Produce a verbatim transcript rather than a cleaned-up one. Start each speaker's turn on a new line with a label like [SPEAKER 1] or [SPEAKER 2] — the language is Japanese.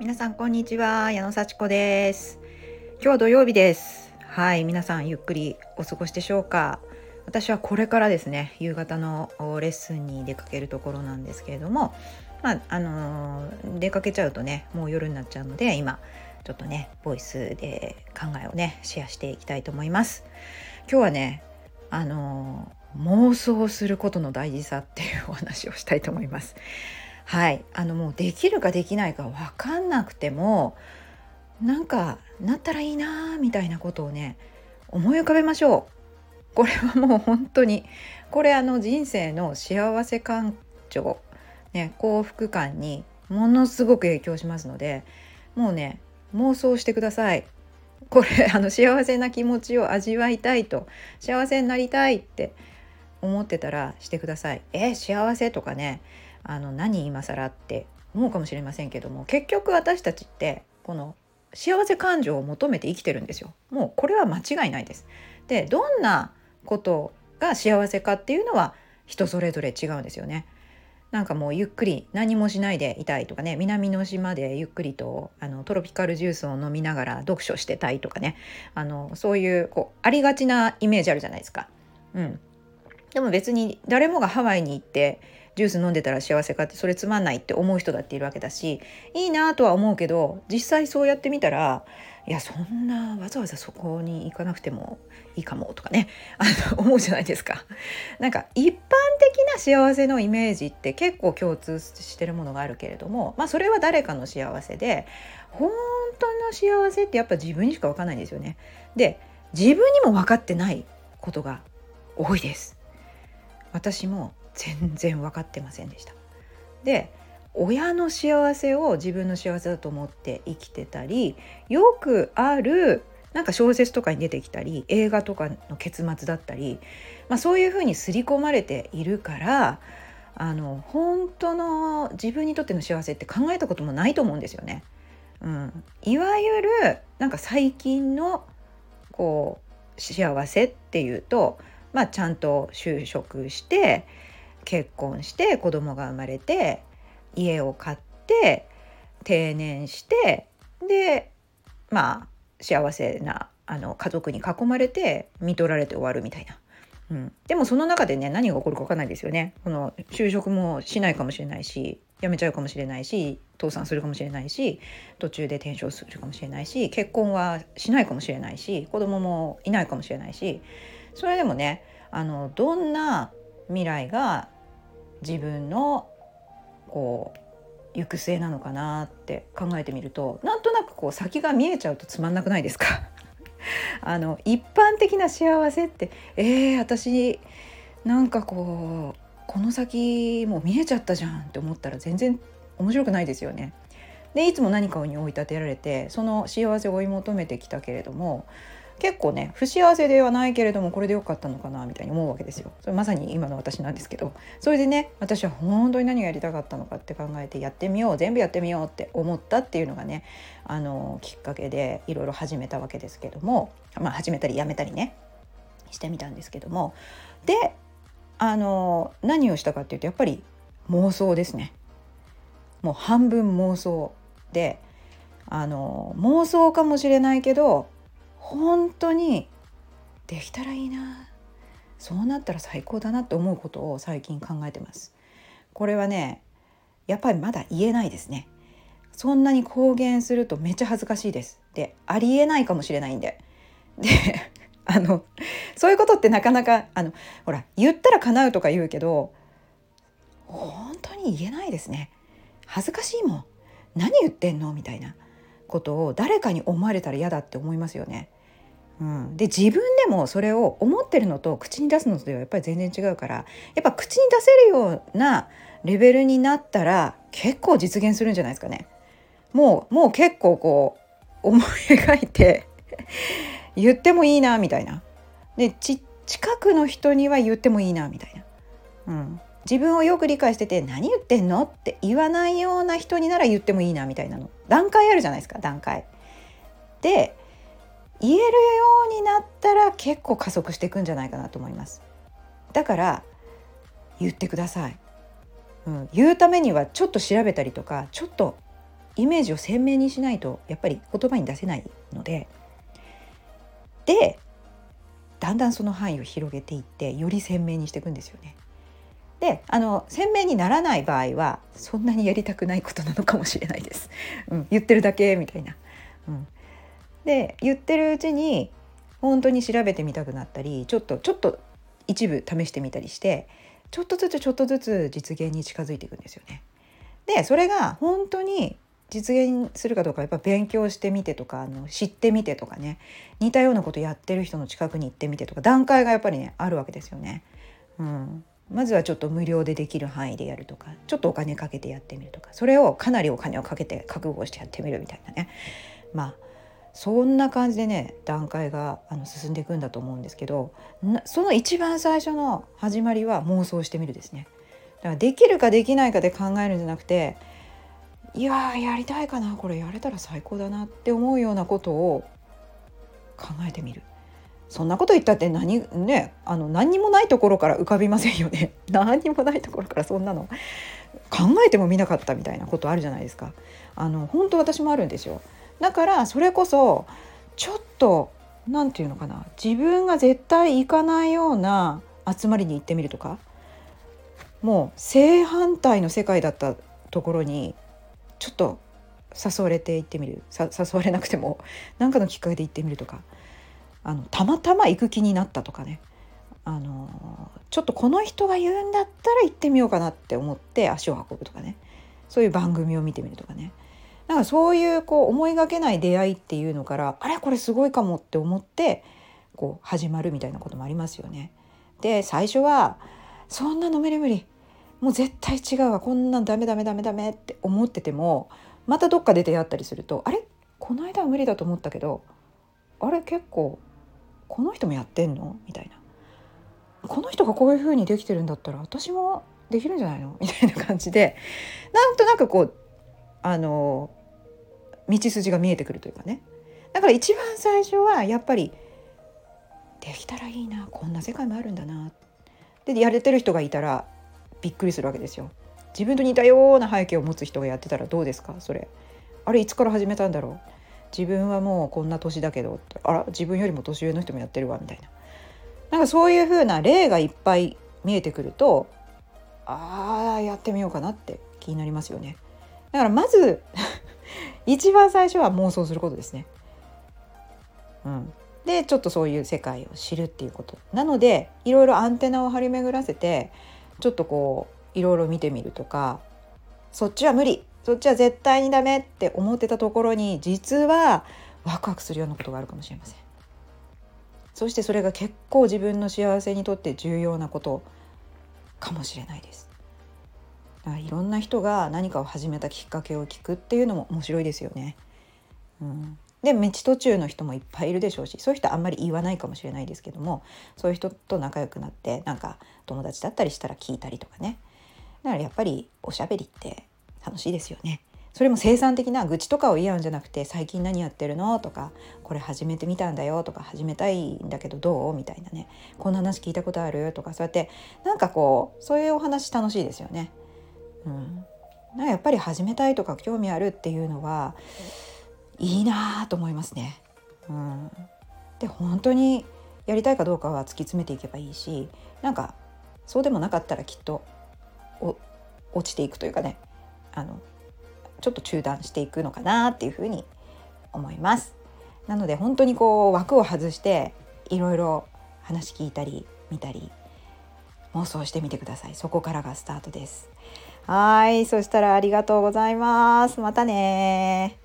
[SPEAKER 1] 皆さんこんにちは、矢野幸子です。今日は土曜日です。はい、皆さんゆっくりお過ごしでしょうか。私はこれからですね、夕方のレッスンに出かけるところなんですけれども、まああのー、出かけちゃうとね、もう夜になっちゃうので、今ちょっとねボイスで考えをねシェアしていきたいと思います。今日はね、あのー、妄想することの大事さっていうお話をしたいと思います。はい、あのもうできるかできないか分かんなくても、なんかなったらいいなみたいなことをね思い浮かべましょう。これはもう本当にこれあの人生の幸せ感情、ね、幸福感にものすごく影響しますので、もうね妄想してください。これあの幸せな気持ちを味わいたいと、幸せになりたいって思ってたらしてください。え幸せとかね、あの何今更って思うかもしれませんけども、結局私たちってこの幸せ感情を求めて生きてるんですよ。もうこれは間違いないです。で、どんなことが幸せかっていうのは人それぞれ違うんですよね。なんかもうゆっくり何もしないでいたいとかね、南の島でゆっくりとあのトロピカルジュースを飲みながら読書してたいとかね、あのそういうこうありがちなイメージあるじゃないですか。うん、でも別に誰もがハワイに行ってジュース飲んでたら幸せかって、それつまんないって思う人だっているわけだし、いいなとは思うけど、実際そうやってみたら、いやそんなわざわざそこに行かなくてもいいかもとかね、あの思うじゃないですか。なんか一般的な幸せのイメージって結構共通してるものがあるけれども、まあそれは誰かの幸せで、本当の幸せってやっぱ自分にしか分かんないんですよね。で、自分にも分かってないことが多いです。私も全然分かってませんでした。で、親の幸せを自分の幸せだと思って生きてたり、よくあるなんか小説とかに出てきたり映画とかの結末だったり、まあ、そういうふうに刷り込まれているから、あの本当の自分にとっての幸せって考えたこともないと思うんですよね。うん、いわゆるなんか最近のこう幸せっていうと、まあ、ちゃんと就職して結婚して子供が生まれて家を買って定年して、でまあ幸せなあの家族に囲まれて看取られて終わるみたいな。うん、でもその中でね、何が起こるか分かんないですよね。この就職もしないかもしれないし、辞めちゃうかもしれないし、倒産するかもしれないし、途中で転職するかもしれないし、結婚はしないかもしれないし、子供もいないかもしれないし、それでもね、あのどんな未来が自分のこう行く末なのかなって考えてみると、なんとなくこう先が見えちゃうとつまんなくないですか？あの一般的な幸せって、えー、私なんかこうこの先もう見えちゃったじゃんって思ったら全然面白くないですよね。で、いつも何かに追い立てられてその幸せを追い求めてきたけれども、結構ね不幸せではないけれどもこれでよかったのかなみたいに思うわけですよ。それまさに今の私なんですけど、それでね、私は本当に何がやりたかったのかって考えてやってみよう、全部やってみようって思ったっていうのがね、あのきっかけでいろいろ始めたわけですけども、まあ始めたりやめたりねしてみたんですけども、であの何をしたかっていうと、やっぱり妄想ですね。もう半分妄想で、あの妄想かもしれないけど本当にできたらいいな、そうなったら最高だなって思うことを最近考えてます。これはねやっぱりまだ言えないですね。そんなに公言するとめっちゃ恥ずかしいです。で、ありえないかもしれないんで。であのそういうことってなかなかあのほら言ったら叶うとか言うけど本当に言えないですね。恥ずかしいもん。何言ってんのみたいなことを誰かに思われたら嫌だって思いますよね。うん、で自分でもそれを思ってるのと口に出すのとではやっぱり全然違うから、やっぱ口に出せるようなレベルになったら結構実現するんじゃないですかね。もうもう結構こう思い描いて言ってもいいなみたいな。でち近くの人には言ってもいいなみたいな。うん、自分をよく理解してて何言ってんのって言わないような人になら言ってもいいなみたいなの段階あるじゃないですか。段階で言えるようになったら結構加速していくんじゃないかなと思います。だから言ってください。うん、言うためにはちょっと調べたりとかちょっとイメージを鮮明にしないとやっぱり言葉に出せないので、でだんだんその範囲を広げていってより鮮明にしていくんですよね。であの鮮明にならない場合はそんなにやりたくないことなのかもしれないです、うん、言ってるだけみたいな、うん、で言ってるうちに本当に調べてみたくなったり、ちょっとちょっと一部試してみたりして、ちょっとずつちょっとずつ実現に近づいていくんですよね。でそれが本当に実現するかどうかやっぱ勉強してみてとか、あの知ってみてとかね、似たようなことやってる人の近くに行ってみてとか、段階がやっぱりねあるわけですよね、うん、まずはちょっと無料でできる範囲でやるとか、ちょっとお金かけてやってみるとか、それをかなりお金をかけて覚悟してやってみるみたいなね、まあそんな感じでね段階があの進んでいくんだと思うんですけど、その一番最初の始まりは妄想してみるですね。だからできるかできないかで考えるんじゃなくて、いややりたいかな、これやれたら最高だなって思うようなことを考えてみる。そんなこと言ったって何ね、あの何にもないところから浮かびませんよね何にもないところからそんなの考えてもみなかったみたいなことあるじゃないですか。あの本当私もあるんですよ。だからそれこそちょっとなんていうのかな、自分が絶対行かないような集まりに行ってみるとか、もう正反対の世界だったところにちょっと誘われて行ってみる、さ誘われなくても何かのきっかけで行ってみるとか、あのたまたま行く気になったとかね、あのちょっとこの人が言うんだったら行ってみようかなって思って足を運ぶとかね、そういう番組を見てみるとかね、なんかそういうこう思いがけない出会いっていうのから、あれこれすごいかもって思ってこう始まるみたいなこともありますよね。で最初はそんなの無理無理、もう絶対違うわ、こんなんダメダメダメダメって思ってても、またどっかで出会ったりすると、あれこの間は無理だと思ったけど、あれ結構この人もやってんのみたいな、この人がこういう風にできてるんだったら私もできるんじゃないのみたいな感じで、なんとなくこうあの道筋が見えてくるというかね。だから一番最初はやっぱりできたらいいな、こんな世界もあるんだなでやれてる人がいたらびっくりするわけですよ。自分と似たような背景を持つ人がやってたらどうですかそれ。あれいつから始めたんだろう、自分はもうこんな年だけど、あら自分よりも年上の人もやってるわみたいな、なんかそういう風な例がいっぱい見えてくると、ああやってみようかなって気になりますよね。だからまず一番最初は妄想することですね、うん、でちょっとそういう世界を知るっていうことなので、いろいろアンテナを張り巡らせてちょっとこういろいろ見てみるとか、そっちは無理、そっちは絶対にダメって思ってたところに実はワクワクするようなことがあるかもしれません。そしてそれが結構自分の幸せにとって重要なことかもしれないです。だからいろんな人が何かを始めたきっかけを聞くっていうのも面白いですよね、うん、で道途中の人もいっぱいいるでしょうし、そういう人あんまり言わないかもしれないですけども、そういう人と仲良くなってなんか友達だったりしたら聞いたりとかね。だからやっぱりおしゃべりって楽しいですよね。それも生産的な愚痴とかを言い合うんじゃなくて、最近何やってるのとか、これ始めてみたんだよとか、始めたいんだけどどうみたいなね、こんな話聞いたことあるとか、そうやってなんかこうそういうお話楽しいですよね、うん、なんかやっぱり始めたいとか興味あるっていうのはいいなと思いますね、うん、で本当にやりたいかどうかは突き詰めていけばいいし、なんかそうでもなかったらきっとお落ちていくというかね、あのちょっと中断していくのかなっていうふうに思います。なので本当にこう枠を外していろいろ話聞いたり見たり妄想してみてください。そこからがスタートです。はい、そしたらありがとうございます。またね。